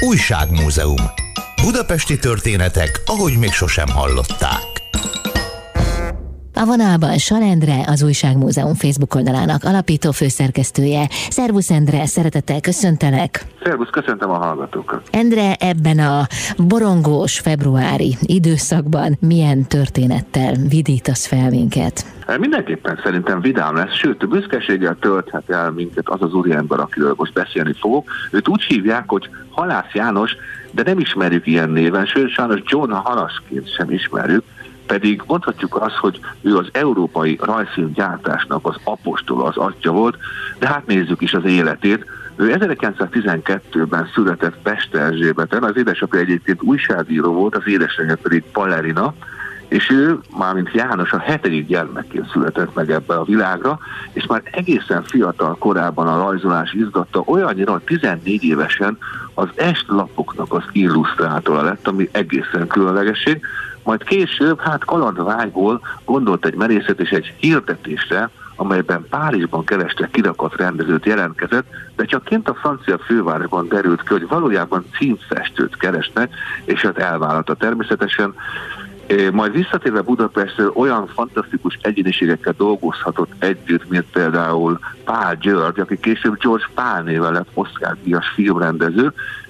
Újságmúzeum. Budapesti történetek, ahogy még sosem hallották. A vonalban Sal Endre, az Újságmúzeum Facebook oldalának alapító főszerkesztője. Szervusz Endre, szeretettel köszöntelek! Szervusz, köszöntöm a hallgatókat! Endre, ebben a borongós februári időszakban milyen történettel vidítasz fel minket? Mindenképpen szerintem vidám lesz, sőt, büszkeséggel tölthet el minket az az úriember, akiről most beszélni fogok. Őt úgy hívják, hogy Halász János, de nem ismerjük ilyen néven, sőt, sajnos John Halasként sem ismerjük, pedig mondhatjuk azt, hogy ő az európai rajzfilmgyártásnak az apostola, az atya volt, de hát nézzük is az életét. Ő 1912-ben született Pesterzsébeten, az édesapja egyébként újságíró volt, az édesanyja pedig balerina, és ő, mármint János, a 7. gyermekként született meg ebbe a világra, és már egészen fiatal korában a rajzolás izgatta, olyannyira, hogy 14 évesen az estlapoknak az illusztrátora lett, ami egészen különlegesség. Majd később, kalandvágyból gondolt egy merészet és egy hirdetésre, amelyben Párizsban kerestek kirakat rendezőt, jelentkezett, de csak kint a francia fővárosban derült ki, hogy valójában címfestőt keresnek, és hát elvállalta természetesen. Majd visszatérve Budapestről olyan fantasztikus egyéniségekkel dolgozhatott együtt, mint például Pál György, aki később George Pál néven lett Oscar-díjas filmrendező.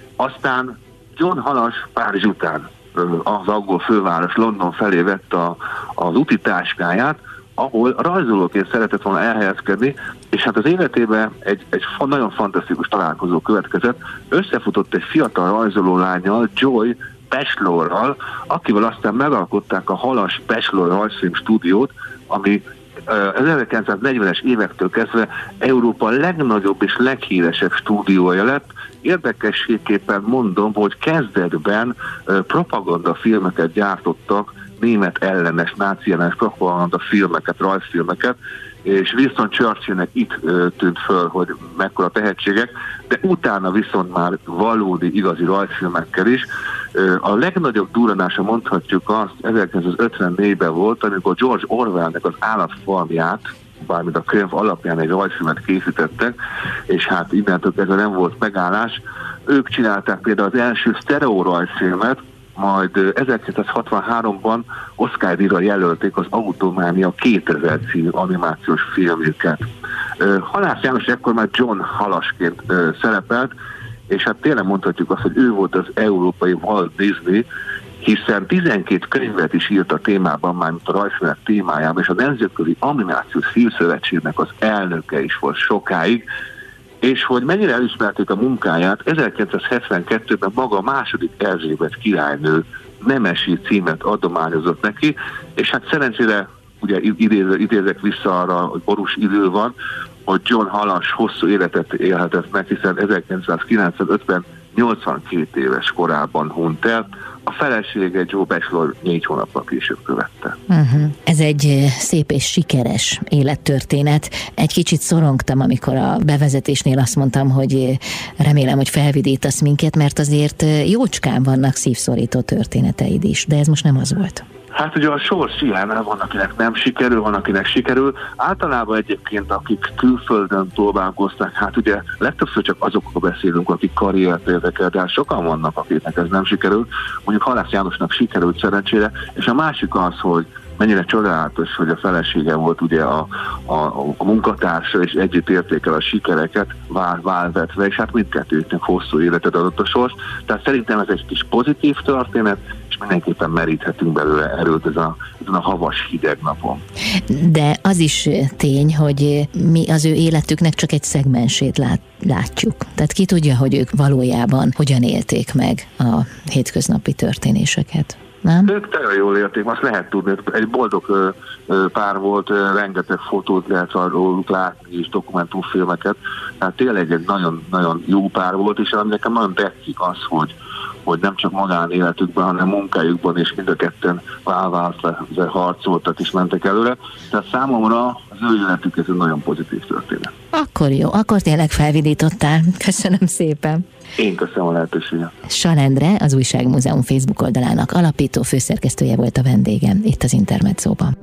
Aztán John Halas Párizs után az angol főváros London felé vett az utitáskáját, ahol rajzolóként szeretett volna elhelyezkedni, és hát az életében egy nagyon fantasztikus találkozó következett. Összefutott egy fiatal rajzolólánnyal, Joy Peslorral, akivel aztán megalkották a Halas Peslor rajzfilm stúdiót, ami az 1940-es évektől kezdve Európa legnagyobb és leghíresebb stúdiója lett. Érdekességképpen mondom, hogy kezdetben propagandafilmeket gyártottak, német ellenes, náci ellenes propagandafilmeket, rajzfilmeket, és Winston Churchillnek itt tűnt föl, hogy mekkora tehetségek, de utána viszont már valódi, igazi rajzfilmekkel is. A legnagyobb durranása, mondhatjuk azt, 1954-ben volt, amikor George Orwellnek az Állatfarmját, bármint a könyv alapján egy rajzfilmet készítettek, és hát innentől kezdve nem volt megállás. Ők csinálták például az első sztereó rajzfilmet, majd 1963-ban Oscar-díjra jelölték az Autománia 2000 című animációs filmjüket. Halász János ekkor már John Halasként szerepelt, és hát tényleg mondhatjuk azt, hogy ő volt az európai Walt Disney, hiszen 12 könyvet is írt a témában, mármint a rajzfilmek témájában, és a Nemzetközi Animációs Filmszövetségnek az elnöke is volt sokáig, és hogy mennyire elismerték a munkáját, 1972-ben maga a második Erzsébet királynő nemesi címet adományozott neki, és hát szerencsére, ugye idézek vissza arra, hogy borús idő van, hogy John Halas hosszú életet élhetett meg, hiszen 1995-ben 82 éves korában hunyt el, a felesége Joe Peslor 4 hónappal később követte. Ez egy szép és sikeres élettörténet. Egy kicsit szorongtam, amikor a bevezetésnél azt mondtam, hogy remélem, hogy felvidítasz minket, mert azért jócskán vannak szívszorító történeteid is, de ez most nem az volt. Hát ugye a sors ilyen, van akinek nem sikerül, van akinek sikerül. Általában egyébként, akik külföldön próbálkoznak, hát ugye legtöbbször csak azokról beszélünk, akik karriert érdekel, de hát sokan vannak, akiknek ez nem sikerül. Mondjuk Halász Jánosnak sikerült szerencsére, és a másik az, hogy mennyire csodálatos, hogy a felesége volt ugye a munkatársa, és együtt érték el a sikereket válvetve, és hát mindkettőjüknek hosszú életet adott a sors. Tehát szerintem ez egy kis pozitív történet, és mindenképpen meríthetünk belőle erőt ezen a havas, hideg napon. De az is tény, hogy mi az ő életüknek csak egy szegmensét látjuk. Tehát ki tudja, hogy ők valójában hogyan élték meg a hétköznapi történéseket. Nem? Ők nagyon jól élték, azt lehet tudni, egy boldog pár volt, rengeteg fotót lehet róluk látni, és dokumentumfilmeket, tehát tényleg egy nagyon-nagyon jó pár volt, és nekem nagyon tetszik az, hogy nem csak magánéletükben, hanem munkájukban is mind a ketten vállalva harcoltak és mentek előre. Tehát számomra az ő életük ez egy nagyon pozitív történet. Akkor jó, akkor tényleg felvidítottál. Köszönöm szépen. Én köszönöm a lehetőséget. Sal Endre, az Újságmúzeum Facebook oldalának alapító főszerkesztője volt a vendégem itt az Intermedzóban.